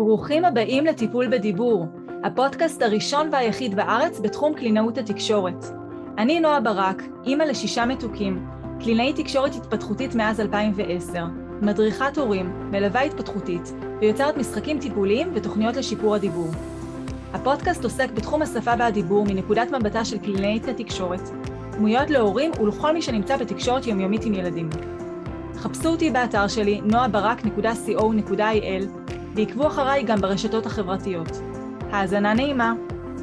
ברוכים הבאים לטיפול בדיבור, הפודקאסט הראשון והיחיד בארץ בתחום קלינאות התקשורת. אני נועה ברק, אימא ל6 מתוקים, קלינאית תקשורת התפתחותית מאז 2010, מדריכת הורים, מלווה התפתחותית, ויוצרת משחקים טיפוליים ותוכניות לשיפור הדיבור. הפודקאסט עוסק בתחום השפה והדיבור מנקודת מבטה של קלינאית התקשורת, דמויות להורים ולכל מי שנמצא בתקשורת יומיומית עם ילדים. חפשו אותי באתר שלי noabarak.co.il ועקבו אחריי גם ברשתות החברתיות. האזנה נעימה.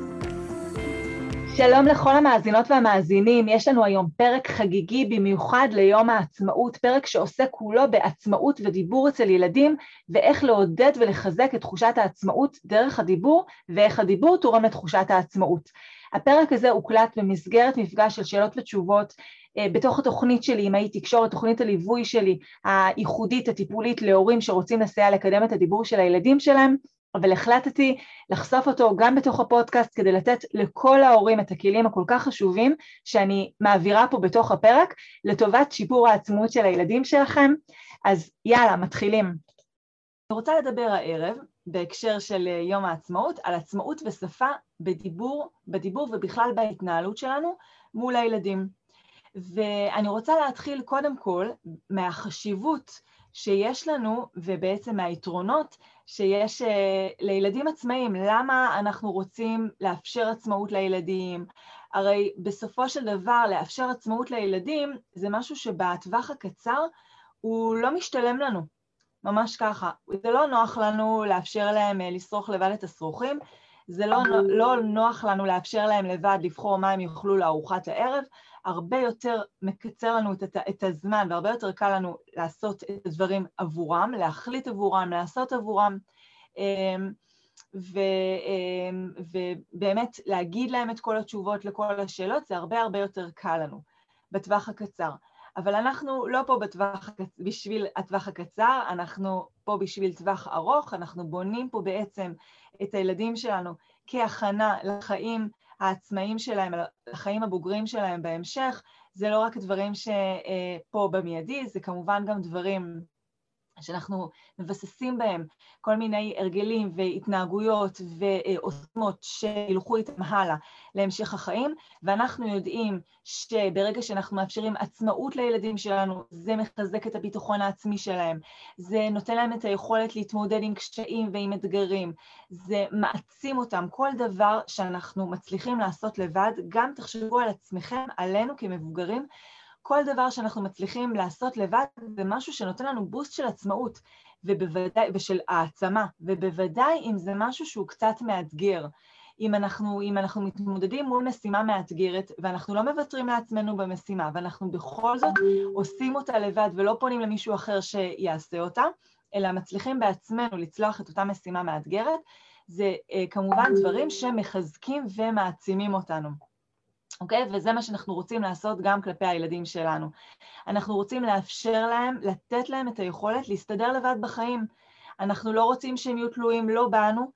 שלום לכל המאזינות והמאזינים, יש לנו היום פרק חגיגי במיוחד ליום העצמאות, פרק שעוסק כולו בעצמאות ודיבור אצל ילדים, ואיך לעודד ולחזק את תחושת העצמאות דרך הדיבור, ואיך הדיבור תורם לתחושת העצמאות. הפרק הזה הוקלט במסגרת מפגש של שאלות ותשובות, בתוך התוכנית שלי, אמהית תקשורת, תוכנית הליווי שלי, הייחודית, הטיפולית להורים שרוצים לסייע לקדם את הדיבור של הילדים שלהם, אבל החלטתי לחשוף אותו גם בתוך הפודקאסט כדי לתת לכל ההורים את הכלים הכל כך חשובים שאני מעבירה פה בתוך הפרק, לטובת שיפור העצמאות של הילדים שלכם. אז יאללה, מתחילים. אני רוצה לדבר הערב, בהקשר של יום העצמאות, על עצמאות ושפה בדיבור ובכלל בהתנהלות שלנו מול הילדים. ואני רוצה להתחיל קודם כל מהחשיבות שיש לנו ובעצם מהיתרונות שיש לילדים עצמאיים. למה אנחנו רוצים לאפשר עצמאות לילדים? הרי בסופו של דבר לאפשר עצמאות לילדים זה משהו שבטווח הקצר הוא לא משתלם לנו, ממש ככה. זה לא נוח לנו לאפשר להם לשרוך לבד את השרוכים, זה לא נוח לנו לאפשר להם לבד לבחור מה הם יאכלו לארוחת הערב, הרבה יותר מקצר לנו את הזמן, והרבה יותר קל לנו לעשות את הדברים עבורם, להחליט עבורם, לעשות עבורם, ובאמת להגיד להם את כל התשובות לכל השאלות, זה הרבה יותר קל לנו בטווח הקצר. אבל אנחנו לא פה בשביל הטווח הקצר, אנחנו פה בשביל טווח ארוך, אנחנו בונים פה בעצם את הילדים שלנו כהכנה לחיים העצמאיים שלהם, לחיים הבוגרים שלהם בהמשך. זה לא רק דברים שפה במיידי, זה כמובן גם דברים שאנחנו מבססים בהם, כל מיני הרגלים והתנהגויות ועוצמות שילכו איתם הלאה להמשך החיים, ואנחנו יודעים שברגע שאנחנו מאפשרים עצמאות לילדים שלנו, זה מחזק את הביטחון העצמי שלהם, זה נותן להם את היכולת להתמודד עם קשיים ועם אתגרים, זה מעצים אותם. כל דבר שאנחנו מצליחים לעשות לבד, גם תחשבו על עצמכם, עלינו כמבוגרים, כל דבר שאנחנו מצליחים לעשות לבד זה משהו שנותן לנו בוסט של עצמאות ושל העצמה, ובוודאי אם זה משהו שהוא קצת מאתגר. אם אנחנו מתמודדים מול משימה מאתגרת ואנחנו לא מוותרים לעצמנו במשימה ואנחנו בכל זאת עושים אותה לבד ולא פונים למישהו אחר שיעשה אותה, אלא מצליחים בעצמנו לצלוח את אותה משימה מאתגרת, זה כמובן דברים שמחזקים ומעצימים אותנו. אוקיי? וזה מה שאנחנו רוצים לעשות גם כלפי הילדים שלנו. אנחנו רוצים לאפשר להם, לתת להם את היכולת להסתדר לבד בחיים. אנחנו לא רוצים שהם יהיו תלויים לא בנו,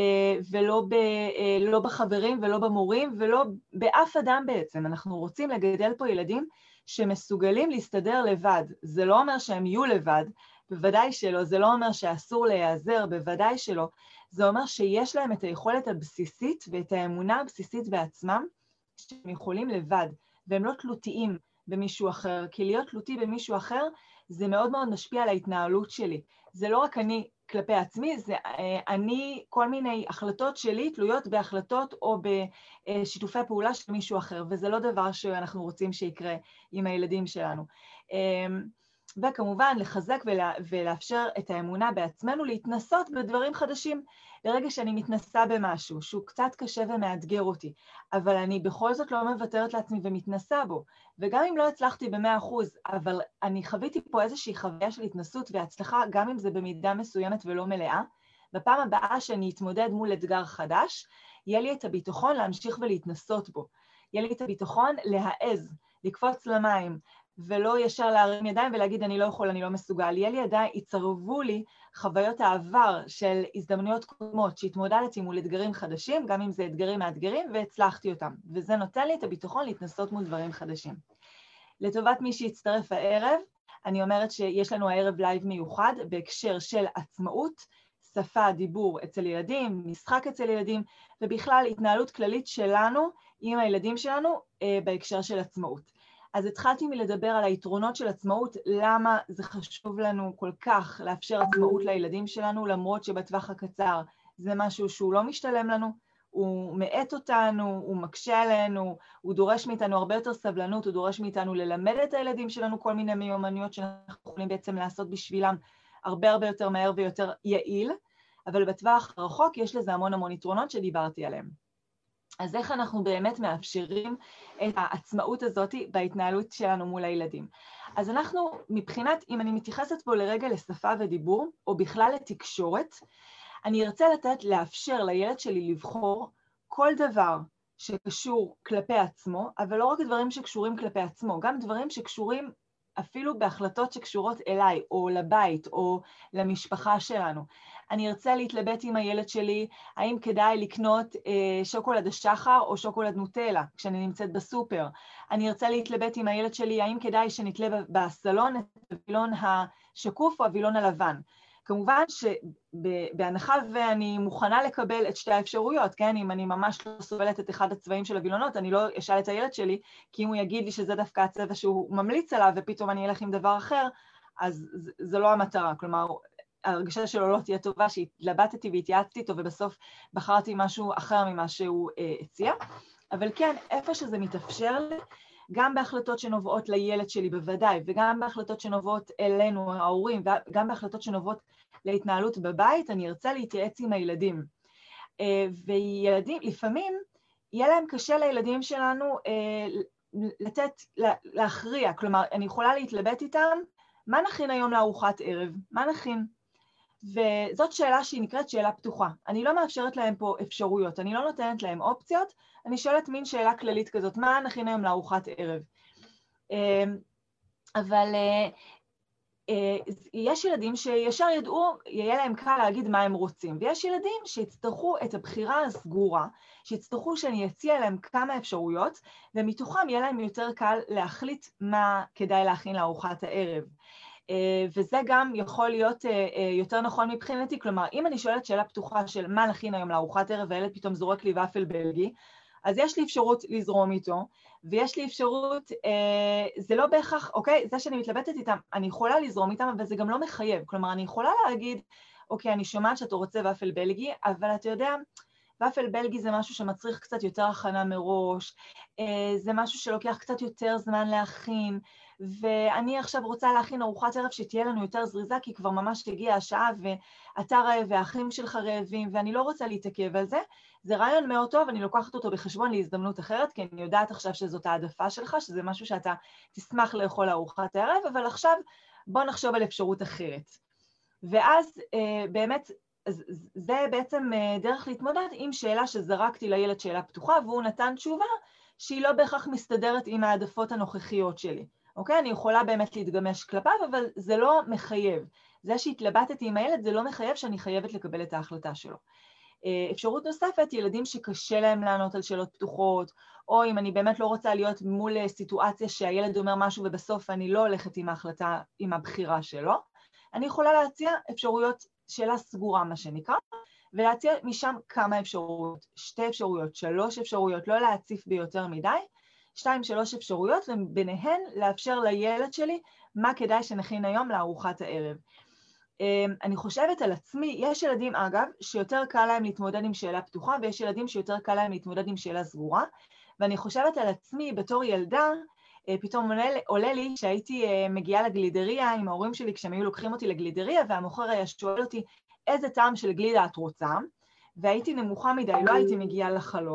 לא בחברים ולא במורים ולא באף אדם בעצם. אנחנו רוצים לגדל פה ילדים שמסוגלים להסתדר לבד. זה לא אומר שהם יהיו לבד, בוודאי שלא. זה לא אומר שאסור להיעזר, בוודאי שלא. זה אומר שיש להם את היכולת הבסיסית ואת האמונה הבסיסית בעצמם, שהם יכולים לבד, והם לא תלותיים במישהו אחר, כי להיות תלותי במישהו אחר, זה מאוד מאוד משפיע על ההתנהלות שלי. זה לא רק אני כלפי עצמי, זה כל מיני החלטות שלי תלויות בהחלטות או בשיתופי פעולה של מישהו אחר, וזה לא דבר שאנחנו רוצים שיקרה עם הילדים שלנו. וכמובן לחזק ולאפשר את האמונה בעצמנו, להתנסות בדברים חדשים. לרגע שאני מתנסה במשהו שהוא קצת קשה ומאתגר אותי, אבל אני בכל זאת לא מוותרת לעצמי ומתנסה בו, וגם אם לא הצלחתי ב100%, אבל אני חוויתי פה איזושהי חוויה של התנסות והצלחה, גם אם זה במידה מסוימת ולא מלאה, בפעם הבאה שאני אתמודד מול אתגר חדש, יהיה לי את הביטחון להמשיך ולהתנסות בו, יהיה לי את הביטחון להעז, לקפוץ למים, ולא ישר להרים ידיים ולהגיד אני לא יכול, אני לא מסוגל. יצרבו לי חוויות העבר של הזדמנויות קודמות שהתמודדתי מול אתגרים חדשים, גם אם זה אתגרים מאתגרים, והצלחתי אותם. וזה נותן לי את הביטחון להתנסות מול דברים חדשים. לטובת מי שיצטרף הערב, אני אומרת שיש לנו הערב לייב מיוחד בהקשר של עצמאות, שפה, דיבור אצל ילדים, משחק אצל ילדים, ובכלל התנהלות כללית שלנו עם הילדים שלנו בהקשר של עצמאות. אז התחלתי מלדבר על היתרונות של עצמאות, למה זה חשוב לנו כל כך לאפשר עצמאות לילדים שלנו, למרות שבטווח הקצר זה משהו שהוא לא משתלם לנו, הוא מעט אותנו, הוא מקשה עלינו, הוא דורש מאיתנו הרבה יותר סבלנות, הוא דורש מאיתנו ללמד את הילדים שלנו כל מיני מיומנויות שאנחנו יכולים בעצם לעשות בשבילם הרבה הרבה יותר מהר ויותר יעיל, אבל בטווח הרחוק יש לזה המון יתרונות שדיברתי עליהם. אז איך אנחנו באמת מאפשרים את העצמאות הזאת בהתנהלות שלנו מול הילדים? אז אנחנו, מבחינת, אם אני מתייחסת פה לרגע לשפה ודיבור, או בכלל לתקשורת, אני ארצה לאפשר לילד שלי לבחור כל דבר שקשור כלפי עצמו, אבל לא רק דברים שקשורים כלפי עצמו, גם דברים שקשורים אפילו בהחלטות שקשורות אליי, או לבית, או למשפחה שלנו. אני ארצה להתלבט עם הילד שלי, האם כדאי לקנות שוקולד השחר או שוקולד נוטלה, כשאני נמצאת בסופר. אני ארצה להתלבט עם הילד שלי, האם כדאי שנתלה בסלון את הווילון השקוף או הווילון הלבן. כמובן שבהנחה ואני מוכנה לקבל את שתי האפשרויות, כן? אם אני ממש לא סובלת את אחד הצבעים של הווילונות, אני לא אשאל את הילד שלי, כי אם הוא יגיד לי שזה דווקא הצבע שהוא ממליץ עליו, ופתאום אני אלך עם דבר אחר, אז זה לא המטרה. כלומר, ההרגשה שלו לא תהיה טובה, שהתלבטתי והתייעצתי איתו, ובסוף בחרתי משהו אחר ממה שהוא הציע. אבל כן, איפה שזה מתאפשר לי, גם בהחלטות שנובעות לילד שלי בוודאי, וגם בהחלטות שנובעות אלינו, ההורים, וגם בהחלטות שנובעות להתנהלות בבית, אני ארצה להתייעץ עם הילדים. וילדים, לפעמים, יהיה להם קשה לילדים שלנו להכריע, כלומר, אני יכולה להתלבט איתם, מה נכין היום לארוחת ערב? מה נכין? וזאת שאלה שהיא נקראת שאלה פתוחה. אני לא מאפשרת להם פה אפשרויות, אני לא נותנת להם אופציות, אני שואלת מין שאלה כללית כזאת, מה נכין היום לארוחת ערב? אבל יש ילדים שישר ידעו, יהיה להם קל להגיד מה הם רוצים, ויש ילדים שיצטרכו את הבחירה הסגורה, שיצטרכו שאני אציע להם כמה אפשרויות, ומתוכם יהיה להם יותר קל להחליט מה כדאי להכין לארוחת הערב. וזה גם יכול להיות יותר נכון מבחינתי, כלומר, אם אני שואלת שאלה פתוחה של מה נכין היום לארוחת ערב, והילד פתאום זורק לי ופל בלגי, אז יש לי אפשרות לזרום איתו, ויש לי אפשרות, זה לא בהכרח, אוקיי, זה שאני מתלבטת איתם, אני יכולה לזרום איתם, אבל זה גם לא מחייב, כלומר, אני יכולה להגיד, אוקיי, אני שומעת שאתה רוצה ופל בלגי, אבל אתה יודע, ופל בלגי זה משהו שמצריך קצת יותר הכנה מראש, זה משהו שלוקח קצת יותר זמן להכין, ואני עכשיו רוצה להכין ארוחת ערב שתהיה לנו יותר זריזה, כי כבר ממש הגיעה השעה, ואתה רעב והאחים שלך רעבים, ואני לא רוצה להתעכב על זה. זה רעיון מאוד טוב, אני לוקחת אותו בחשבון להזדמנות אחרת, כי אני יודעת עכשיו שזאת העדפה שלך, שזה משהו שאתה תשמח לאכול ארוחת ערב, אבל עכשיו בוא נחשוב על אפשרות אחרת. ואז באמת, זה בעצם דרך להתמודד עם שאלה שזרקתי לילד שאלה פתוחה, והוא נתן תשובה שהיא לא בהכרח מסתדרת עם העדפות הנוכחיות שלי. אוקיי? אני יכולה באמת להתגמש כלפיו, אבל זה לא מחייב. זה שהתלבטתי עם הילד, זה לא מחייב שאני חייבת לקבל את ההחלטה שלו. אפשרות נוספת, ילדים שקשה להם לענות על שאלות פתוחות, או אם אני באמת לא רוצה להיות מול סיטואציה שהילד אומר משהו ובסוף אני לא הולכת עם ההחלטה, עם הבחירה שלו, אני יכולה להציע אפשרויות, שאלה סגורה מה שנקרא, ולהציע משם כמה אפשרויות, 2 אפשרויות, 3 אפשרויות, לא להציף ביותר מדי, 2-3 אפשרויות, וביניהן לאפשר לילד שלי מה כדאי שנכין היום לארוחת הערב. אני חושבת על עצמי, יש ילדים אגב שיותר קל להם להתמודד עם שאלה פתוחה, ויש ילדים שיותר קל להם להתמודד עם שאלה סגורה, ואני חושבת על עצמי בתור ילדה, פתאום עולה לי שהייתי מגיעה לגלידריה עם ההורים שלי כשהם היו לוקחים אותי לגלידריה, והמוכר היה שואל אותי איזה טעם של גלידה את רוצה, והייתי נמוכה מדי, לא הייתי מגיעה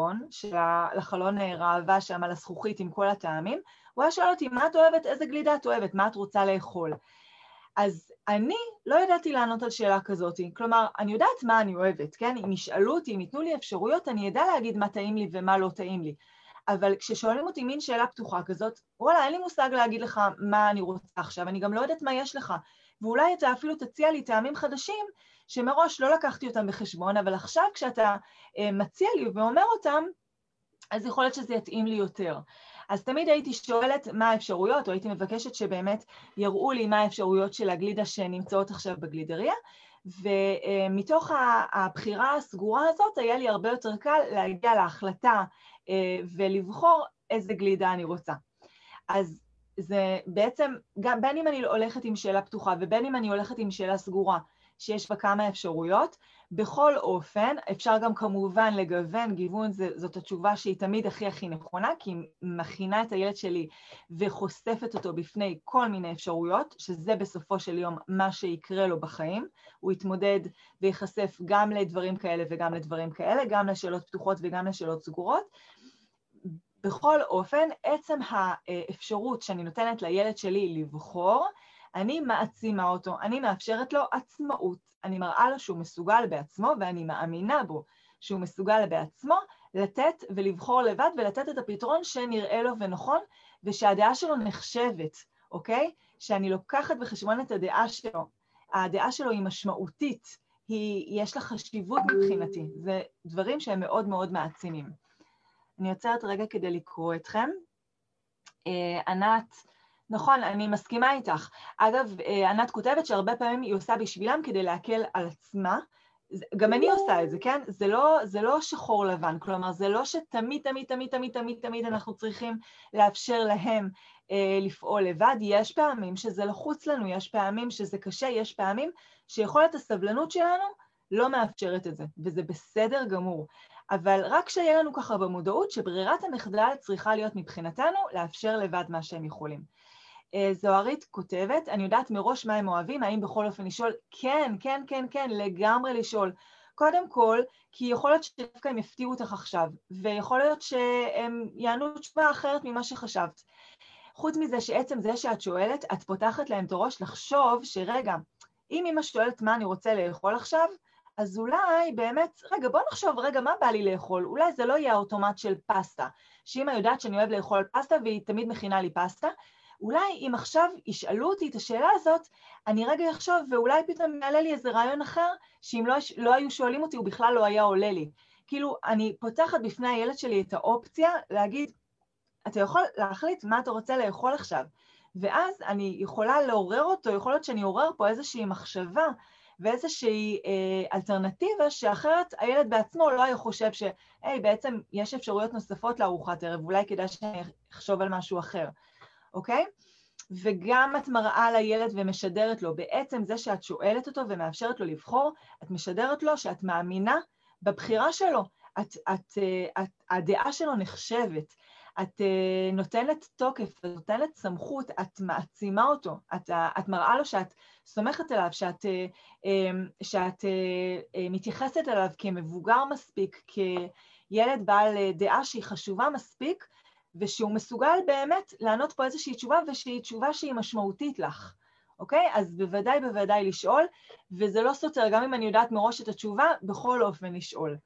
לחלון ראווה שם על הזכוכית עם כל הטעמים, הוא היה שואל אותי מה את אוהבת, איזה גלידה את אוהבת, מה את רוצה לאכול. אז אני לא ידעתי לענות על שאלה כזאת, כלומר, אני יודעת מה אני אוהבת, כן? אם ישאלו אותי, אם ייתנו לי אפשרויות, אני ידע להגיד מה טעים לי ומה לא טעים לי. אבל כששואלים אותי מין שאלה פתוחה כזאת, וואלה, אין לי מושג להגיד לך מה אני רוצה עכשיו, אני גם לא יודעת מה יש לך. ואולי אתה אפילו תציע לי טעמים חדשים, שמראש לא לקחתי אותם בחשבון, אבל עכשיו כשאתה מציע לי ואומר אותם, אז יכול להיות שזה יתאים לי יותר. אז תמיד הייתי שואלת מה האפשרויות, או הייתי מבקשת שבאמת יראו לי מה האפשרויות של הגלידה שנמצאות עכשיו בגלידריה, ומתוך הבחירה הסגורה הזאת, היה לי הרבה יותר קל להגיע להחלטה ולבחור איזה גלידה אני רוצה. אז זה בעצם, גם בין אם אני הולכת עם שאלה פתוחה ובין אם אני הולכת עם שאלה סגורה, שיש בה כמה אפשרויות, בכל אופן, אפשר גם כמובן לגוון, גיוון זאת התשובה שהיא תמיד הכי נכונה, כי היא מכינה את הילד שלי וחושפת אותו בפני כל מיני אפשרויות, שזה בסופו של יום מה שיקרה לו בחיים, הוא יתמודד ויחשף גם לדברים כאלה וגם לדברים כאלה, גם לשאלות פתוחות וגם לשאלות סגורות. בכל אופן, עצם האפשרות שאני נותנת לילד שלי לבחור, אני מעצימה אותו, אני מאפשרת לו עצמאות, אני מראה לו שהוא מסוגל בעצמו, ואני מאמינה בו שהוא מסוגל בעצמו, לתת ולבחור לבד, ולתת את הפתרון שנראה לו ונכון, ושהדעה שלו נחשבת, אוקיי? שאני לוקחת בחשבון את הדעה שלו. הדעה שלו היא משמעותית, יש לה חשיבות מבחינתי, זה דברים שהם מאוד מאוד מעצימים. אני יוצרת רגע כדי לקרוא אתכם. ענת, נכון, אני מסכימה איתך. אגב, ענת כותבת שהרבה פעמים היא עושה בשבילם כדי להקל על עצמה. גם אני עושה את זה, כן? זה לא שחור לבן, כלומר, זה לא שתמיד אנחנו צריכים לאפשר להם לפעול לבד. יש פעמים שזה לחוץ לנו, יש פעמים שזה קשה, יש פעמים שיכולת הסבלנות שלנו לא מאפשרת את זה, וזה בסדר גמור. אבל רק שיהיה לנו ככה במודעות שברירת המחדל צריכה להיות מבחינתנו לאפשר לבד מה שהם יכולים. זוהרית כותבת, אני יודעת מראש מה הם אוהבים, האם בכל אופן לשאול? כן, לגמרי לשאול. קודם כל, כי יכול להיות שדווקא הם יפתיעו אותך עכשיו, ויכול להיות שהם יענו תשובה אחרת ממה שחשבת. חוץ מזה שעצם זה שאת שואלת, את פותחת להם את הראש לחשוב שרגע, אם אמא שואלת מה אני רוצה לאכול עכשיו, אז אולי באמת, רגע, בוא נחשוב, רגע, מה בא לי לאכול? אולי זה לא יהיה האוטומט של פסטה, שאמא יודעת שאני אוהב לאכול פסטה והיא תמיד מכינה לי פסטה, אולי אם עכשיו ישאלו אותי את השאלה הזאת, אני רגע אחשוב ואולי פתאום יעלה לי איזה רעיון אחר, שאם לא היו שואלים אותי הוא בכלל לא היה עולה לי. כאילו, אני פותחת בפני הילד שלי את האופציה להגיד, אתה יכול להחליט מה אתה רוצה לאכול עכשיו, ואז אני יכולה לעורר אותו, יכול להיות שאני אעורר פה איזושהי מחשבה, ואיזושהי אלטרנטיבה שאחרת הילד בעצמו לא היה חושב שהי, בעצם יש אפשרויות נוספות לארוחת ערב, אולי כדאי שאני אחשוב על משהו אחר, אוקיי? וגם את מראה לילד ומשדרת לו, בעצם זה שאת שואלת אותו ומאפשרת לו לבחור, את משדרת לו שאת מאמינה בבחירה שלו, הדעה שלו נחשבת, את נותנת תוקף, את נותנת סמכות, את מעצימה אותו, את מראה לו שאת סומכת עליו, שאת מתייחסת אליו כמבוגר מספיק, כילד בעל דעה שהיא חשובה מספיק, ושהוא מסוגל באמת לענות פה איזושהי תשובה, ושהיא תשובה שהיא משמעותית לך, אוקיי? אז בוודאי לשאול, וזה לא סותר, גם אם אני יודעת מראש את התשובה, בכל אופן לשאול.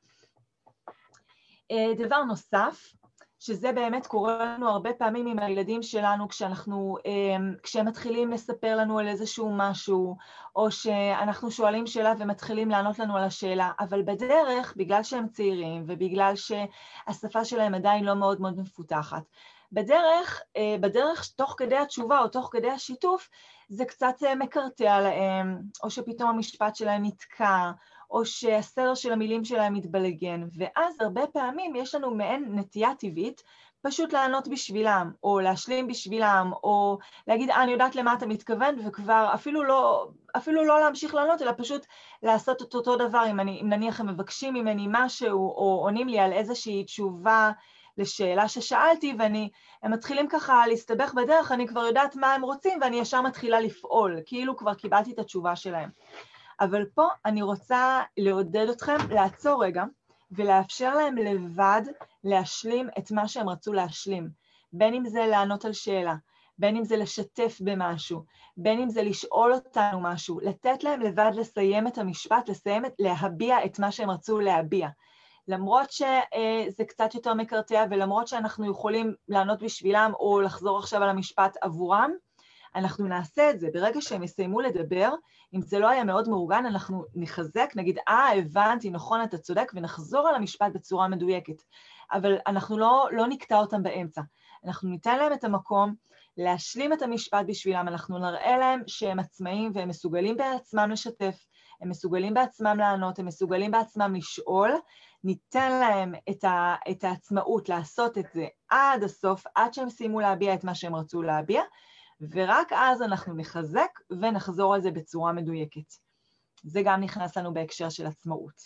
דבר נוסף, שזה באמת קורה לנו הרבה פעמים עם הילדים שלנו, כשהם מתחילים לספר לנו על איזשהו משהו, או שאנחנו שואלים שאלה ומתחילים לענות לנו על השאלה, אבל בדרך, בגלל שהם צעירים, ובגלל שהשפה שלהם עדיין לא מאוד מאוד מפותחת, בדרך, תוך כדי התשובה או תוך כדי השיתוף, זה קצת מקרטע להם, או שפתאום המשפט שלהם נתקע, או שהסדר של המילים שלהם מתבלגן, ואז הרבה פעמים יש לנו מעין נטייה טבעית, פשוט לענות בשבילם, או להשלים בשבילם, או להגיד, אני יודעת למה אתה מתכוון, וכבר אפילו לא להמשיך לענות, אלא פשוט לעשות את אותו דבר, אם נניח הם מבקשים ממני משהו, או עונים לי על איזושהי תשובה לשאלה ששאלתי, הם מתחילים ככה להסתבך בדרך, אני כבר יודעת מה הם רוצים, ואני ישר מתחילה לפעול, כאילו כבר קיבלתי את התשובה שלהם. אבל פה אני רוצה לעודד אתכם לעצור רגע, ולאפשר להם לבד להשלים את מה שהם רצו להשלים. בין אם זה לענות על שאלה, בין אם זה לשתף במשהו, בין אם זה לשאול אותנו משהו, לתת להם לבד לסיים את המשפט, להביע את מה שהם רצו להביע. למרות שזה קצת יותר מקרטע, ולמרות שאנחנו יכולים לענות בשבילם, או לחזור עכשיו על המשפט עבורם, אנחנו נעשה את זה. ברגע שהם יסיימו לדבר, אם זה לא היה מאוד מאורגן, אנחנו נחזק, נגיד, הבנתי, נכון, אתה צודק, ונחזור על המשפט בצורה מדויקת. אבל אנחנו לא נקטע אותם באמצע. אנחנו ניתן להם את המקום להשלים את המשפט בשבילם, אנחנו נראה להם שהם עצמאים והם מסוגלים בעצמם לשתף, הם מסוגלים בעצמם לענות, הם מסוגלים בעצמם לשאול, ניתן להם את העצמאות לעשות את זה עד הסוף, עד שהם סיימו להביע את מה שהם רצו להביע, ורק אז אנחנו נחזק ונחזור על זה בצורה מדויקת. זה גם נכנס לנו בהקשר של עצמאות.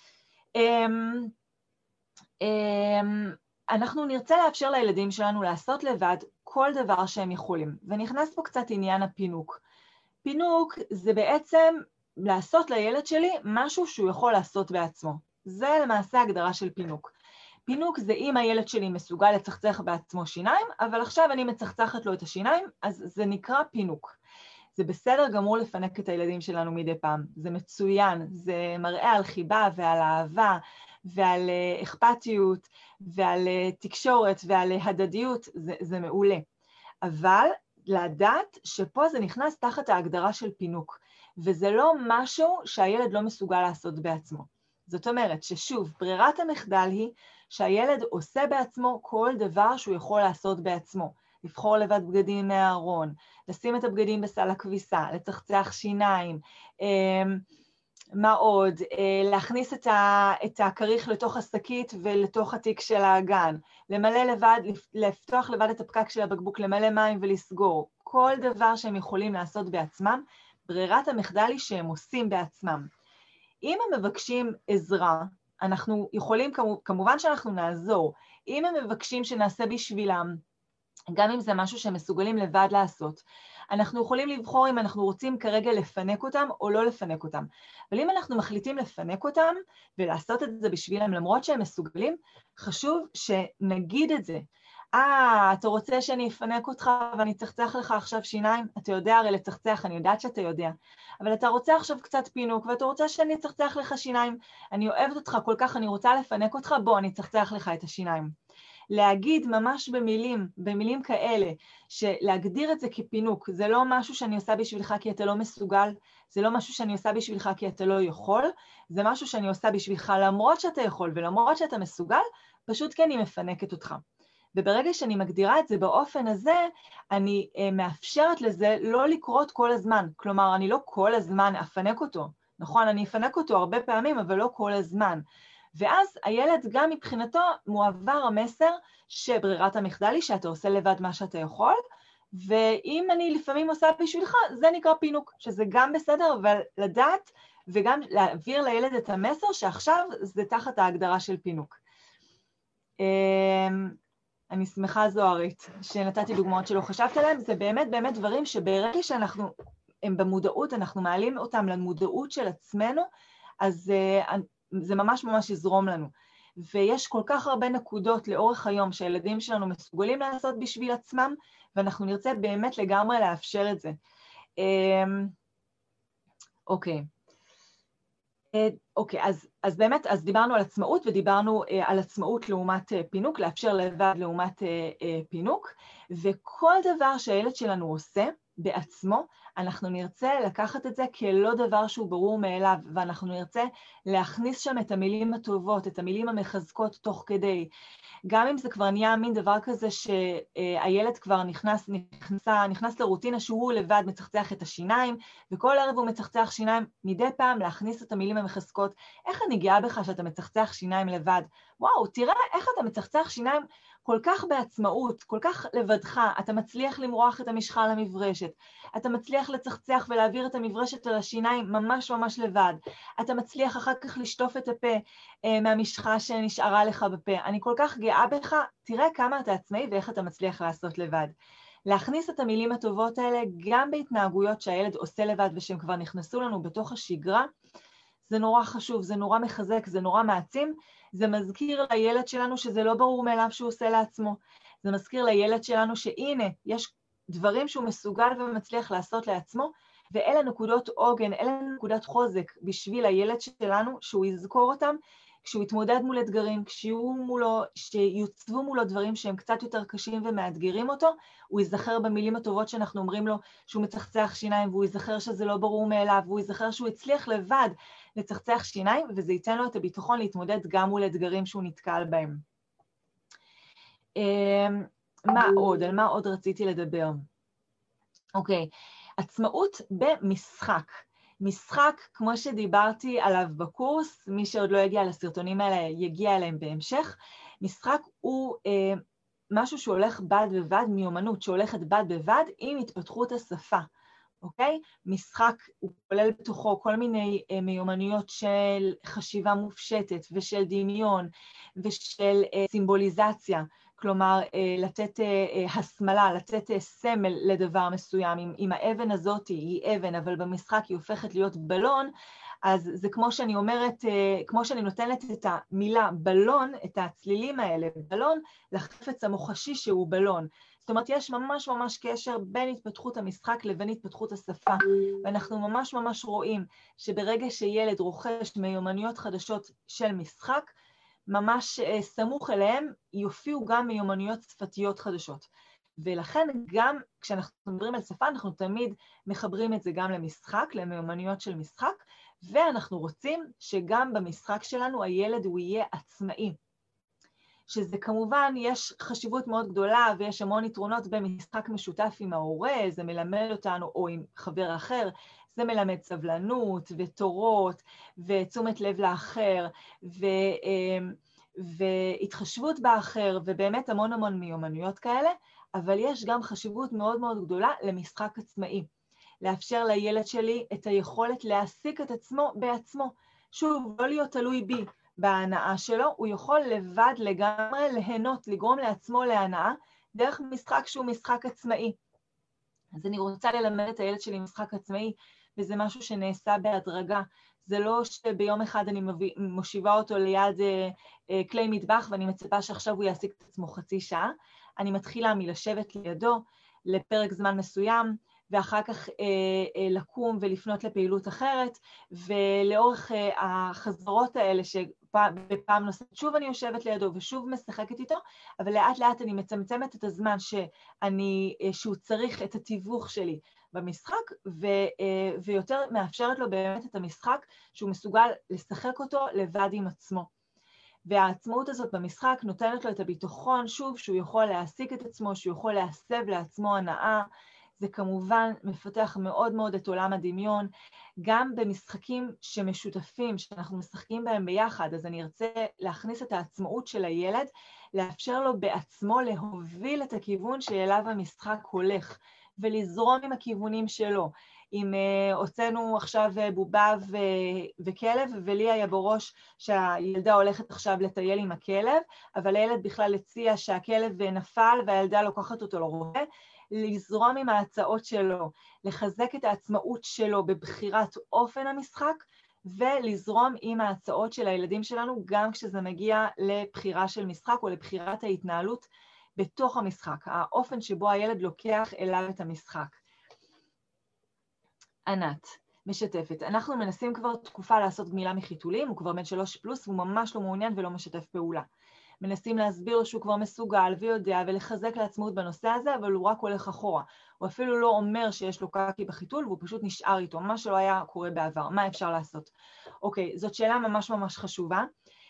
אנחנו נרצה לאפשר לילדים שלנו לעשות לבד כל דבר שהם יכולים, ונכנס פה קצת עניין הפינוק. פינוק זה בעצם לעשות לילד שלי משהו שהוא יכול לעשות בעצמו. זה למעשה הגדרה של פינוק. פינוק זה אם הילד שלי מסוגל לצחצח בעצמו שיניים, אבל עכשיו אני מצחצחת לו את השיניים, אז זה נקרא פינוק. זה בסדר גמור לפנק את הילדים שלנו מדי פעם. זה מצוין, זה מראה על חיבה ועל אהבה ועל אכפתיות ועל תקשורת ועל הדדיות, זה מעולה. אבל לדעת שפה זה נכנס תחת ההגדרה של פינוק, וזה לא משהו שהילד לא מסוגל לעשות בעצמו. זאת אומרת ששוב, ברירת המחדל היא שהילד עושה בעצמו כל דבר שהוא יכול לעשות בעצמו. לבחור לבד בגדים מהארון, לשים את הבגדים בסל הכביסה, לצחצח שיניים, מה עוד? להכניס את הכריך לתוך השקית ולתוך התיק של האגן, למלא לבד, לפתוח לבד את הפקק של הבקבוק, למלא מים ולסגור. כל דבר שהם יכולים לעשות בעצמם, ברירת המחדל היא שהם עושים בעצמם. אם הם מבקשים עזרה, אנחנו יכולים, כמובן שאנחנו נעזור. אם הם מבקשים שנעשה בשבילם, גם אם זה משהו שהם מסוגלים לבד לעשות, אנחנו יכולים לבחור אם אנחנו רוצים כרגע לפנק אותם או לא לפנק אותם. אבל אם אנחנו מחליטים לפנק אותם ולעשות את זה בשבילם למרות שהם מסוגלים, חשוב שנגיד את זה. אתה רוצה שאני אפנק אותך ואני צחצח לך עכשיו שיניים? אתה יודע הרי לצחצח, אני יודעת שאתה יודע. אבל אתה רוצה עכשיו קצת פינוק ואתה רוצה שאני אצחצח לך שיניים. אני אוהבת אותך כל כך, אני רוצה לפנק אותך, בוא אני אצחצח לך את השיניים. להגיד ממש במילים כאלה, שלהגדיר את זה כפינוק, זה לא משהו שאני עושה בשבילך כי אתה לא מסוגל, זה לא משהו שאני עושה בשבילך כי אתה לא יכול, זה משהו שאני עושה בשבילך למרות שאתה יכול ולמרות שאתה מסוגל, פשוט כי אני מפנקת אותך. וברגע שאני מגדירה את זה באופן הזה, אני מאפשרת לזה לא לקרות כל הזמן. כלומר, אני לא כל הזמן אפנק אותו. נכון, אני אפנק אותו הרבה פעמים, אבל לא כל הזמן. ואז הילד גם מבחינתו מועבר המסר שברירת המחדל היא שאתה עושה לבד מה שאתה יכול, ואם אני לפעמים עושה בשבילך, זה נקרא פינוק, שזה גם בסדר, אבל לדעת וגם להעביר לילד את המסר שעכשיו זה תחת ההגדרה של פינוק. אני שמחה זוהרית שנתתי דוגמאות שלא חשבת עליהם, זה באמת באמת דברים שברגע שאנחנו, הם במודעות, אנחנו מעלים אותם למודעות של עצמנו, אז זה ממש ממש יזרום לנו. ויש כל כך הרבה נקודות לאורך היום שהילדים שלנו מסוגלים לעשות בשביל עצמם, ואנחנו נרצה באמת לגמרי לאפשר את זה. אוקיי. אז באמת, אז דיברנו על עצמאות ודיברנו על עצמאות לעומת פינוק, לאפשר לבד לעומת פינוק, וכל דבר שהילד שלנו עושה בעצמו, אנחנו נרצה לקחת את זה כלא דבר שהוא ברור מאליו, ואנחנו נרצה להכניס שם את המילים הטובות, את המילים המחזקות תוך כדי. גם אם זה כבר נהיה מין דבר כזה שהילד כבר נכנס לרוטינה שהוא לבד מצחצח את השיניים, וכל ערב הוא מצחצח שיניים, מדי פעם להכניס את המילים המחזקות. איך אני גאה בך שאתה מצחצח שיניים לבד? וואו, תראה איך אתה מצחצח שיניים כל כך בעצמאות, כל כך לבדך, אתה מצליח למרוח את המשחה למברשת, אתה מצליח לצחצח ולהעביר את המברשת על השיניים ממש ממש לבד, אתה מצליח אחר כך לשטוף את הפה מהמשחה שנשארה לך בפה, אני כל כך גאה בך, תראה כמה אתה עצמאי ואיך אתה מצליח לעשות לבד. להכניס את המילים הטובות האלה גם בהתנהגויות שהילד עושה לבד ושהם כבר נכנסו לנו בתוך השגרה, זה נורא חשוב, זה נורא מחזק, זה נורא מעצים, זה מזכיר לילד שלנו שזה לא ברור מאליו שהוא עושה לעצמו. זה מזכיר לילד שלנו שהנה, יש דברים שהוא מסוגל ומצליח לעשות לעצמו, ואלה נקודות עוגן, אלה נקודת חוזק בשביל הילד שלנו, שהוא יזכור אותם, כשהוא יתמודד מול אתגרים, כשיוצבו מולו דברים שהם קצת יותר קשים ומאתגרים אותו, הוא ייזכר במילים הטובות שאנחנו אומרים לו שהוא מצחצח שיניים, והוא ייזכר שזה לא ברור מאליו, והוא ייזכר שהוא הצליח לבד לצחצח שיניים, וזה ייתן לו את הביטחון להתמודד גם מול אתגרים שהוא נתקל בהם. מה עוד? על מה עוד רציתי לדבר? אוקיי, עצמאות במשחק. משחק, כמו שדיברתי עליו בקורס, מי שעוד לא הגיע לסרטונים האלה יגיע אליהם בהמשך, משחק הוא משהו שהולך בד בבד, מיומנות שהולכת בד בבד עם התפתחות השפה, אוקיי? משחק הוא כולל בתוכו כל מיני מיומנויות של חשיבה מופשטת ושל דמיון ושל סימבוליזציה, כלומר לתת הסמלה, לתת סמל לדבר מסוים. אם האבן הזאת היא אבן, אבל במשחק היא הופכת להיות בלון, אז זה כמו שאני אומרת, כמו שאני נותנת את המילה בלון, את הצלילים האלה, בלון, לחפץ המוחשי שהוא בלון. זאת אומרת, יש ממש ממש קשר בין התפתחות המשחק לבין התפתחות השפה, ואנחנו ממש ממש רואים שברגע שילד רוכש מיומנויות חדשות של משחק, ממש סמוך אליהם יופיעו גם מיומנויות שפתיות חדשות. ולכן גם כשאנחנו מדברים על שפה, אנחנו תמיד מחברים את זה גם למשחק, למיומנויות של משחק, ואנחנו רוצים שגם במשחק שלנו הילד הוא יהיה עצמאי. שזה כמובן, יש חשיבות מאוד גדולה ויש המון יתרונות במשחק משותף עם ההורה, זה מלמד אותנו, או עם חבר אחר, זה מלמד סבלנות ותורות ותשומת לב לאחר והתחשבות באחר, ובאמת המון המון מיומנויות כאלה, אבל יש גם חשיבות מאוד מאוד גדולה למשחק עצמאי. לאפשר לילד שלי את היכולת להעסיק את עצמו בעצמו. שוב, לא להיות תלוי בי בהנאה שלו, הוא יכול לבד לגמרי ליהנות, לגרום לעצמו להנאה, דרך משחק שהוא משחק עצמאי. אז אני רוצה ללמד את הילד שלי משחק עצמאי, וזה משהו שנעשה בהדרגה. זה לא שביום אחד אני מושיבה אותו ליד כלי מטבח, ואני מצפה שעכשיו הוא יעסיק את עצמו חצי שעה. אני מתחילה מלשבת לידו לפרק זמן מסוים, ואחר כך לקום ולפנות לפעילות אחרת, ולאורך החזרות האלה שבפעם נוספת שוב אני יושבת לידו ושוב משחקת איתו, אבל לאט לאט אני מצמצמת את הזמן שהוא צריך את התיווך שלי במשחק, ויותר מאפשרת לו באמת את המשחק שהוא מסוגל לשחק אותו לבד עם עצמו. והעצמאות הזאת במשחק נותנת לו את הביטחון, שוב, שהוא יכול להעסיק את עצמו, שהוא יכול להסב לעצמו הנאה. זה כמובן מפתח מאוד מאוד את עולם הדמיון, גם במשחקים שמשותפים, שאנחנו משחקים בהם ביחד, אז אני ארצה להכניס את העצמאות של הילד, לאפשר לו בעצמו להוביל את הכיוון שאליו המשחק הולך, ולזרום עם הכיוונים שלו. אם הוצאנו עכשיו בובה וכלב, ולי היה בראש שהילדה הולכת עכשיו לטייל עם הכלב, אבל הילד בכלל הציע שהכלב נפל והילדה לוקחת אותו לרובה, לזרום עם ההצעות שלו, לחזק את העצמאות שלו בבחירת אופן המשחק, ולזרום עם ההצעות של הילדים שלנו, גם כשזה מגיע לבחירה של משחק או לבחירת ההתנהלות בתוך המשחק, האופן שבו הילד לוקח אליו את המשחק. ענת, משתפת. אנחנו מנסים כבר תקופה לעשות גמילה מחיתולים, הוא כבר בן 3+, והוא ממש לא מעוניין ולא משתף פעולה. מנסים להסביר לו שהוא כבר מסוגל ויודע ולחזק לעצמאות בנושא הזה, אבל הוא רק הולך אחורה. הוא אפילו לא אומר שיש לו קקי בחיתול, והוא פשוט נשאר איתו, מה שלא היה קורה בעבר. מה אפשר לעשות? אוקיי, זאת שאלה ממש ממש חשובה.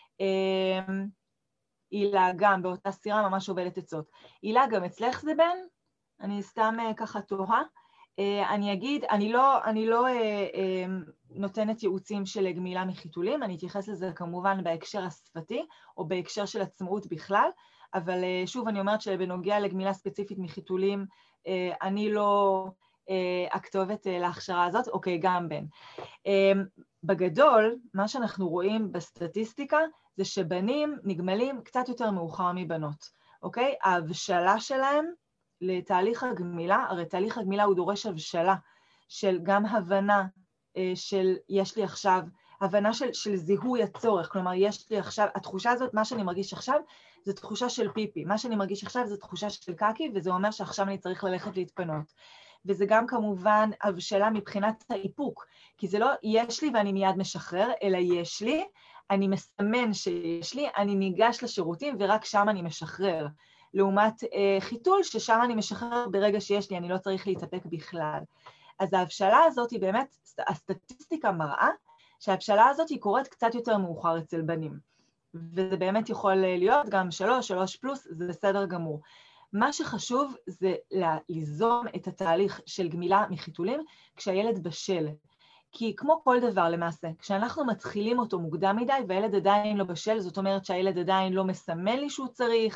הילה גם באותה סירה ממש עובדת עצות. הילה, גם אצלך זה בן? אני סתם ככה תוהה. אני אגיד, אני לא נותנת ייעוצים של גמילה מחיתולים, אני אתייחס לזה כמובן בהקשר השפתי, או בהקשר של עצמאות בכלל, אבל שוב אני אומרת שבנוגע לגמילה ספציפית מחיתולים, אני לא הכתובת להכשרה הזאת, אוקיי, גם בן. בגדול, מה שאנחנו רואים בסטטיסטיקה, זה שבנים נגמלים קצת יותר מאוחר מבנות, אוקיי? ההבשלה שלהם לתהליך הגמילה, הרי תהליך הגמילה הוא דורש הבשלה של גם הבנה של יש לי עכשיו, הבנה של זיהוי הצורך, כלומר יש לי עכשיו, התחושה הזאת, מה שאני מרגיש עכשיו, זה תחושה של פיפי, מה שאני מרגיש עכשיו זה תחושה של קקי, וזה אומר שעכשיו אני צריך ללכת להתפנות. וזה גם כמובן הבשלה מבחינת האיפוק, כי זה לא יש לי ואני מיד משחרר, אלא יש לי, אני מסמן שיש לי, אני ניגש לשירותים ורק שם אני משחרר. לעומת חיתול, ששם אני משחרר ברגע שיש לי, אני לא צריך להתאפק בכלל. אז ההבשלה הזאת היא באמת, הסטטיסטיקה מראה שההבשלה הזאת היא קורית קצת יותר מאוחר אצל בנים. וזה באמת יכול להיות גם 3+, זה בסדר גמור. מה שחשוב זה ליזום את התהליך של גמילה מחיתולים כשהילד בשל. כי כמו כל דבר למעשה, כשאנחנו מתחילים אותו מוקדם מדי והילד עדיין לא בשל, זאת אומרת שהילד עדיין לא מסמן לי שהוא צריך,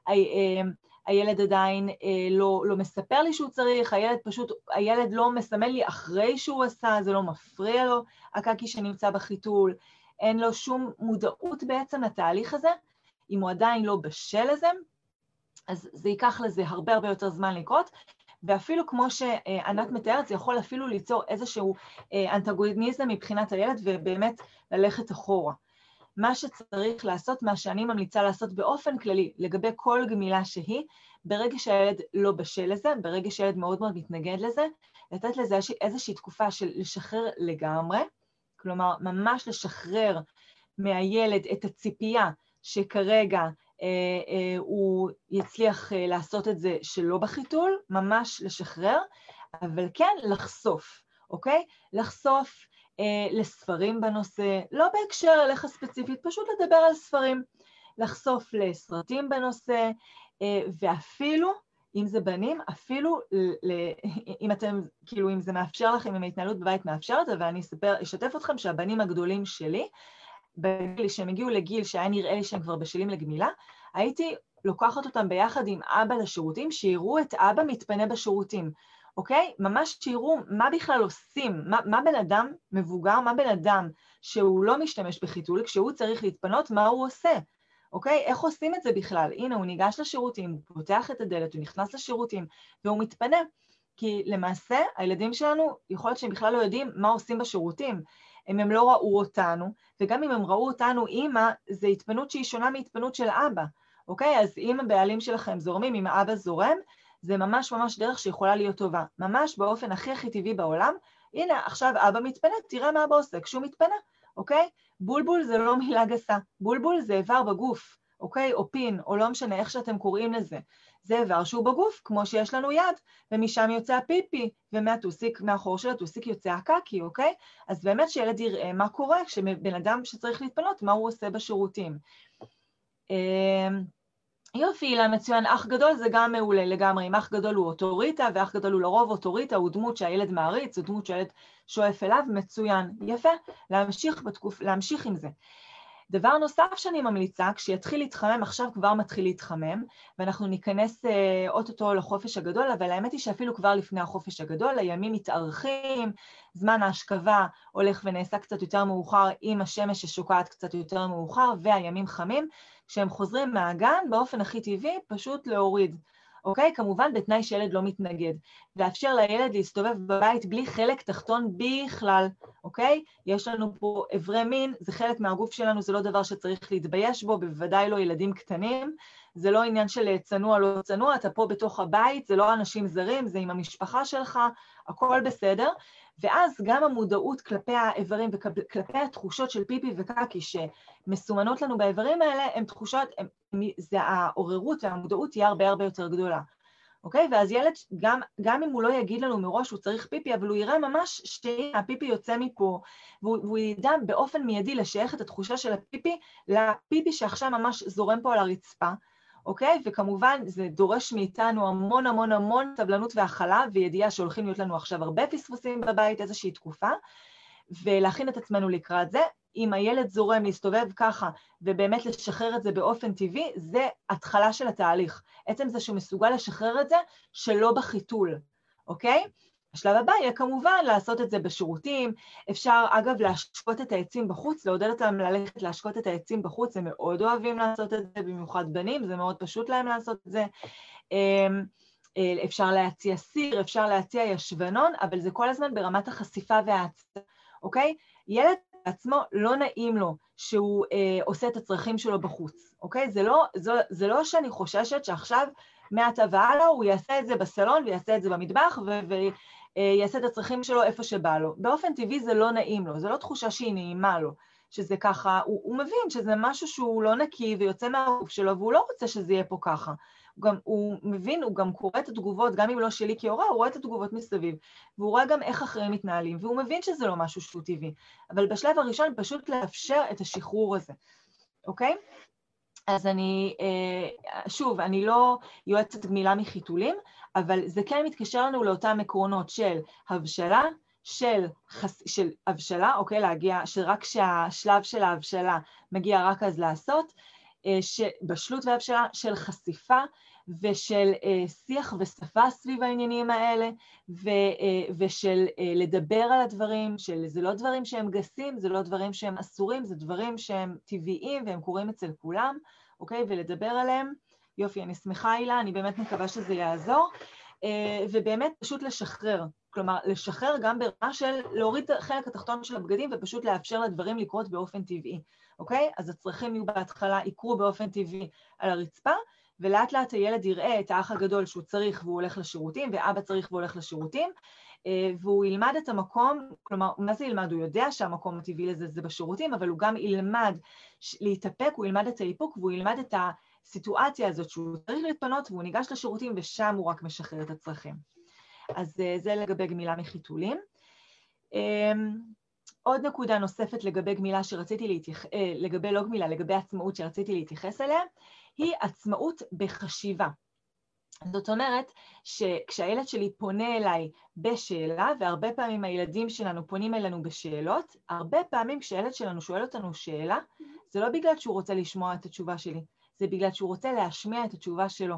הילד עדיין לא מספר לי שהוא צריך, הילד לא מסמן לי אחרי שהוא עשה, זה לא מפריע לו, הקקי שנמצא בחיתול, אין לו שום מודעות בעצם לתהליך הזה, אם הוא עדיין לא בשל לזה, אז זה ייקח לזה הרבה יותר זמן לקרות, ואפילו כמו שענת מתארת, זה יכול אפילו ליצור איזשהו אנטגוניזם מבחינת הילד, ובאמת ללכת אחורה. מה שצריך לעשות, מה שאני ממליצה לעשות באופן כללי, לגבי כל גמילה שהיא, ברגע שהילד לא בשל לזה, ברגע שהילד מאוד מתנגד לזה, לתת לזה איזושהי תקופה של לשחרר לגמרי, כלומר, ממש לשחרר מהילד את הציפייה שכרגע הוא יצליח לעשות את זה שלא בחיתול, ממש לשחרר, אבל כן לחשוף, אוקיי? לחשוף לספרים בנושא, לא בהקשר אליך ספציפית, פשוט לדבר על ספרים, לחשוף לסרטים בנושא, ואפילו, אם זה בנים, אפילו, אם אתם, כאילו, אם זה מאפשר לכם, אם ההתנהלות בבית מאפשרת, אבל אני אשתף אתכם שהבנים הגדולים שלי, שהם הגיעו לגיל שהיה נראה לי שהם כבר בשלים לגמילה, הייתי לוקחת אותם ביחד עם אבא לשירותים, שיראו את אבא מתפנה בשירותים, אוקיי? ממש שיראו מה בכלל עושים, מה בן אדם מבוגר, מה בן אדם שהוא לא משתמש בחיתול, כשהוא צריך להתפנות, מה הוא עושה, אוקיי? איך עושים את זה בכלל? הנה, הוא ניגש לשירותים, הוא פותח את הדלת, הוא נכנס לשירותים, והוא מתפנה. כי למעשה, הילדים שלנו, יכול להיות שהם בכלל לא יודעים מה עושים בשירותים, אם הם לא ראו אותנו, וגם אם הם ראו אותנו, אמא, זה התפנות שהיא שונה מהתפנות של אבא, אוקיי? אז אם הבעלים שלכם זורמים, אם האבא זורם, זה ממש דרך שיכולה להיות טובה, ממש באופן הכי טבעי בעולם. הנה, עכשיו אבא מתפנה, תראה מה אבא עושה כשהוא מתפנה, אוקיי? בולבול זה לא מילה גסה, בולבול זה איבר בגוף, אוקיי? או פין, או לא משנה איך שאתם קוראים לזה. זה איבר שהוא בגוף, כמו שיש לנו יד, ומשם יוצא הפיפי, ומהטוסיק, מאחור של הטוסיק יוצא הקקי, אוקיי? אז באמת שילד יראה מה קורה כשבן אדם שצריך להתפנות, מה הוא עושה בשירותים. יופי, אילה, מצוין, אח גדול זה גם מעולה לגמרי, אם אח גדול הוא אוטוריטה, ואח גדול הוא לרוב אוטוריטה, הוא דמות שהילד מעריץ, הוא דמות שהילד שואף אליו, מצוין, יפה, להמשיך עם זה. דבר נוסף שאני ממליצה, כשיתחיל להתחמם, עכשיו כבר מתחיל להתחמם, ואנחנו ניכנס אוטוטו לחופש הגדול, אבל האמת היא שאפילו כבר לפני החופש הגדול, הימים מתארכים, זמן ההשכבה הולך ונעשה קצת יותר מאוחר, עם השמש ששוקעת קצת יותר מאוחר, והימים חמים, כשהם חוזרים מהגן, באופן הכי טבעי, פשוט להוריד. אוקיי? כמובן בתנאי שילד לא מתנגד. לאפשר לילד להסתובב בבית בלי חלק תחתון בכלל, אוקיי? יש לנו פה אברי מין, זה חלק מהגוף שלנו, זה לא דבר שצריך להתבייש בו, בוודאי לא ילדים קטנים, זה לא עניין של צנוע לא צנוע, אתה פה בתוך הבית, זה לא אנשים זרים, זה עם המשפחה שלך, הכל בסדר. ואז גם המודעות כלפי האיברים וכלפי התחושות של פיפי וקקי שמסומנות לנו באיברים האלה, הן תחושות, זה העוררות והמודעות תהיה הרבה יותר גדולה. אוקיי? ואז ילד, גם אם הוא לא יגיד לנו מראש שהוא צריך פיפי, אבל הוא יראה ממש שהפיפי יוצא מפה, והוא ידע באופן מיידי לשייך את התחושה של הפיפי לפיפי שעכשיו ממש זורם פה על הרצפה, אוקיי? וכמובן זה דורש מאיתנו המון סבלנות והכלה, וידיעה שהולכים להיות לנו עכשיו הרבה פספוסים בבית, איזושהי תקופה, ולהכין את עצמנו לקראת זה. אם הילד זורם להסתובב ככה, ובאמת לשחרר את זה באופן טבעי, זה התחלה של התהליך. עצם זה שהוא מסוגל לשחרר את זה, שלא בחיתול, אוקיי? השלב הבא יהיה כמובן לעשות את זה בשירותים, אפשר אגב להשקות את העצים בחוץ, לעודד אותם ללכת להשקות את העצים בחוץ, הם מאוד אוהבים לעשות את זה, במיוחד בנים, זה מאוד פשוט להם לעשות את זה. אפשר להציע סיר, אפשר להציע ישבנון, אבל זה כל הזמן ברמת החשיפה וההצעה, אוקיי? ילד עצמו לא נעים לו שהוא עושה את הצרכים שלו בחוץ, אוקיי? זה לא שאני חוששת שעכשיו מעתה והלאה הוא יעשה את זה בסלון ויעשה את זה במטבח ויעשה את הצרכים שלו איפה שבא לו. באופן טבעי זה לא נעים לו, זה לא תחושה שהיא נעימה לו, שזה ככה, הוא מבין שזה משהו שהוא לא נקי ויוצא מהגוף שלו והוא לא רוצה שזה יהיה פה ככה. הוא מבין, הוא גם קורא את התגובות, גם אם לא שלי כהורה, הוא רואה את התגובות מסביב, והוא רואה גם איך אחרים מתנהלים, והוא מבין שזה לא משהו שהוא טבעי. אבל בשלב הראשון פשוט לאפשר את השחרור הזה, אוקיי? אז שוב, אני לא יועצת גמילה מחיתולים, אבל זה כן מתקשר לנו לאותם עקרונות של הבשלה, של הבשלה, אוקיי, להגיע, שרק שהשלב של ההבשלה מגיע רק אז לעשות, בשלות והבשלה של חשיפה ושל שיח ושפה סביב העניינים האלה, ושל לדבר על הדברים, זה לא דברים שהם גסים, זה לא דברים שהם אסורים, זה דברים שהם טבעיים והם קורים אצל כולם, אוקיי, ולדבר עליהם. יופי, אני שמחה הילה, אני באמת מקווה שזה יעזור, ובאמת פשוט לשחרר, כלומר לשחרר גם ברמה של להוריד את החלק התחתון של הבגדים ופשוט לאפשר לדברים לקרות באופן טבעי, אוקיי? אז הצרכים יהיו בהתחלה, יקרו באופן טבעי על הרצפה, ולאט לאט הילד יראה את האח הגדול שהוא צריך והוא הולך לשירותים, ואבא צריך והוא הולך לשירותים, והוא ילמד את המקום, כלומר, מה זה ילמד? הוא יודע שהמקום הטבעי לזה זה בשירותים, אבל הוא גם ילמד להתאפק, הוא ילמד את האיפוק, והוא ילמד את הסיטואציה הזאת שהוא צריך להתפנות, והוא ניגש לשירותים, ושם הוא רק משחרר את הצרכים. אז זה לגבי גמילה מחיתולים. עוד נקודה נוספת לגבי גמילה שרציתי להתייחס, לגבי לא גמילה, לגבי עצמאות שרציתי להתייחס אליה, היא עצמאות בחשיבה. זאת אומרת שכשהילד שלי פונה אליי בשאלה, והרבה פעמים הילדים שלנו פונים אלינו בשאלות, הרבה פעמים כשהילד שלנו שואל אותנו שאלה, זה לא בגלל שהוא רוצה לשמוע את התשובה שלי, זה בגלל שהוא רוצה להשמיע את התשובה שלו.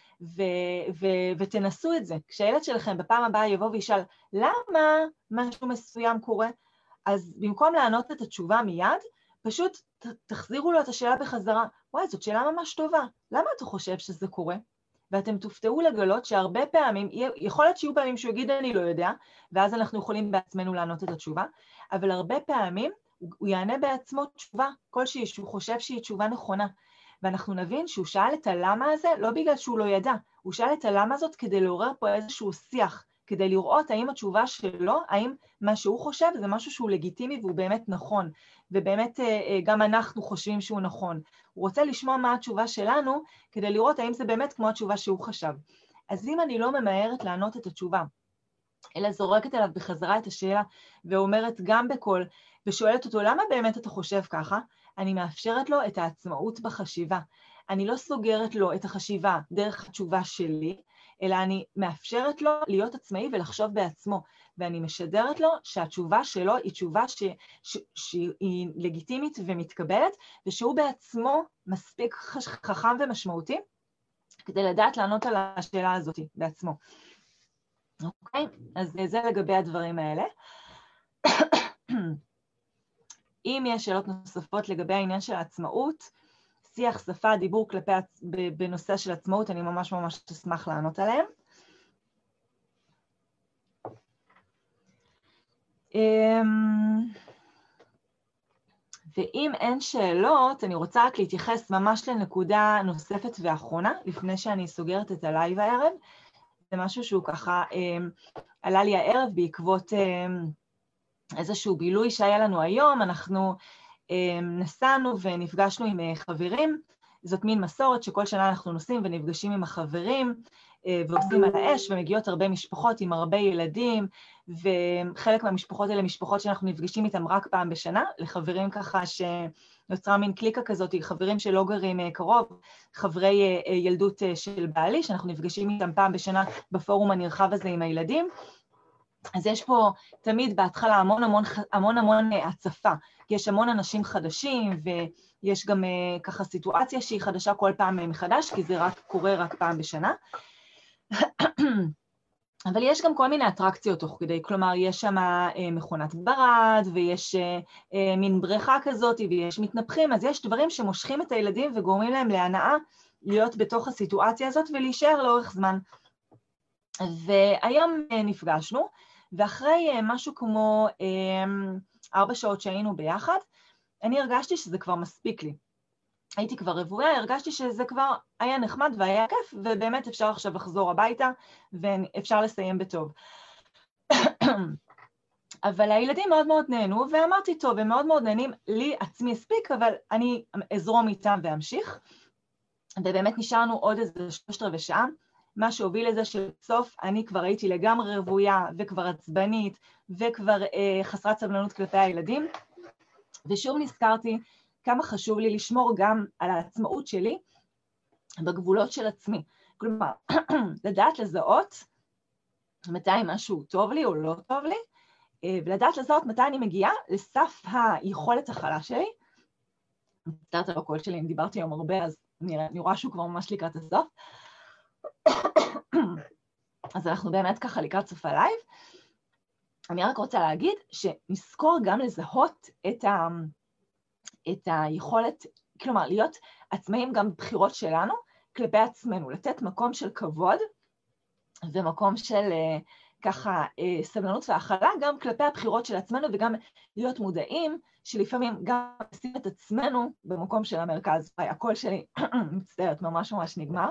ותנסו את זה. כשהילד שלכם בפעם הבאה יבוא וישאל, למה משהו מסוים קורה? אז במקום לענות את התשובה מיד, פשוט תחזירו לו את השאלה בחזרה. וואי, זאת שאלה ממש טובה. למה אתה חושב שזה קורה? ואתם תופתעו לגלות שהרבה פעמים, יכול להיות שיהיו פעמים שהוא יגיד אני לא יודע, ואז אנחנו יכולים בעצמנו לענות את התשובה, אבל הרבה פעמים הוא יענה בעצמו תשובה כלשהי שהוא חושב שהיא תשובה נכונה. ואנחנו נבין שהוא שאל את הלמה הזה, לא בגלל שהוא לא ידע, הוא שאל את הלמה הזאת כדי לעורר פה איזשהו שיח, כדי לראות האם התשובה שלו, האם מה שהוא חושב זה משהו שהוא לגיטימי והוא באמת נכון, ובאמת גם אנחנו חושבים שהוא נכון. הוא רוצה לשמוע מה התשובה שלנו, כדי לראות האם זה באמת כמו התשובה שהוא חשב. אז אם אני לא ממהרת לענות את התשובה, אלא זורקת אליו בחזרה את השאלה, ואומרת גם בקול, ושואלת אותו, למה באמת אתה חושב ככה? אני מאפשרת לו את העצמאות בחשיבה. אני לא סוגרת לו את החשיבה דרך התשובה שלי, אלא אני מאפשרת לו להיות עצמאי ולחשוב בעצמו, ואני משדרת לו שהתשובה שלו היא תשובה שהיא לגיטימית ומתקבלת, ושהוא בעצמו מספיק חכם ומשמעותי, כדי לדעת לענות על השאלה הזאת בעצמו. אוקיי? אז זה לגבי הדברים האלה. אם יש שאלות נוספות לגבי העניין של העצמאות, שיח, שפה, דיבור כלפי בנושא של עצמאות, אני ממש ממש אשמח לענות עליהם. ואם אין שאלות, אני רוצה רק להתייחס ממש לנקודה נוספת ואחרונה, לפני שאני סוגרת את הלייב הערב. זה משהו שהוא ככה עלה לי הערב בעקבות איזשהו בילוי שהיה לנו היום. אנחנו נסענו ונפגשנו עם חברים, זאת מין מסורת שכל שנה אנחנו נוסעים ונפגשים עם החברים, ועושים על האש, ומגיעות הרבה משפחות עם הרבה ילדים, וחלק מהמשפחות האלה משפחות שאנחנו נפגשים איתם רק פעם בשנה, לחברים ככה שנוצרה מין קליקה כזאת, חברים שלא גרים קרוב, חברי ילדות של בעלי, שאנחנו נפגשים איתם פעם בשנה בפורום הנרחב הזה עם הילדים. אז יש פה תמיד בהתחלה המון הצפה, כי יש המון אנשים חדשים, ויש גם ככה סיטואציה שהיא חדשה כל פעם מחדש, כי זה קורה רק פעם בשנה. אבל יש גם כל מיני אטרקציות תוך כדי, כלומר יש שם מכונת ברד, ויש מין בריכה כזאת, ויש מתנפחים, אז יש דברים שמושכים את הילדים וגורמים להם להנאה להיות בתוך הסיטואציה הזאת ולהישאר לאורך זמן. והיום נפגשנו, ואחרי משהו כמו 4 שעות שהיינו ביחד, אני הרגשתי שזה כבר מספיק לי. הייתי כבר רבויה, הרגשתי שזה כבר היה נחמד והיה כיף, ובאמת אפשר עכשיו לחזור הביתה, ואפשר לסיים בטוב. אבל הילדים מאוד מאוד נהנו, ואמרתי, טוב, הם מאוד מאוד נהנים, לי עצמי הספיק, אבל אני אזרום איתם ואמשיך. ובאמת נשארנו עוד איזה 3/4 שעה, מה שהוביל לזה שבסוף אני כבר הייתי לגמרי רבויה, וכבר עצבנית, וכבר חסרת סבלנות כלפי הילדים, ושוב נזכרתי כמה חשוב לי לשמור גם על העצמאות שלי בגבולות של עצמי. כלומר, לדעת לזהות מתי משהו טוב לי או לא טוב לי, ולדעת לזהות מתי אני מגיעה לסף היכולת הכלה שלי. אני מצטערת על הקול שלי, אם דיברתי היום הרבה, אז אני רואה שהוא כבר ממש לקראת הסוף. אז אנחנו באמת ככה לקראת סוף הלייב. אני רק רוצה להגיד שנזכור גם לזהות את היכולת, כלומר, להיות עצמאים גם בבחירות שלנו כלפי עצמנו, לתת מקום של כבוד ומקום של ככה סבלנות והכלה גם כלפי הבחירות של עצמנו, וגם להיות מודעים שלפעמים גם נשים את עצמנו במקום של המרכז. הקול שלי מצטערת, ממש נגמר.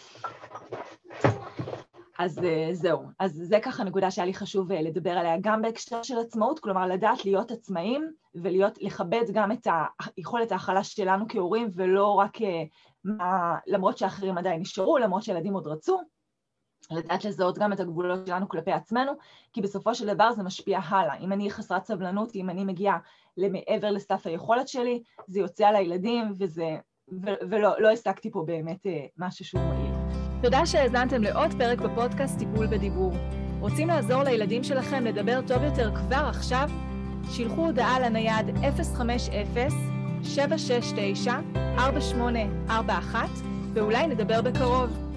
אז זהו, אז זה ככה נקודה שהיה לי חשוב לדבר עליה, גם בהקשר של עצמאות, כלומר לדעת להיות עצמאים ולכבד גם את היכולת ההכלה שלנו כהורים, ולא רק למרות שאחרים עדיין נשארו, למרות שילדים עוד רצו, לדעת לזהות גם את הגבולות שלנו כלפי עצמנו, כי בסופו של דבר זה משפיע הלאה. אם אני חסרת סבלנות, אם אני מגיעה למעבר לסף היכולת שלי, זה יוצא על הילדים, ולא השגתי פה באמת משהו שהוא מועיל. תודה שהאזנתם לעוד פרק בפודקאסט טיפול בדיבור. רוצים לעזור לילדים שלכם לדבר טוב יותר כבר עכשיו? שילחו הודעה לנייד 050-769-4841, ואולי נדבר בקרוב.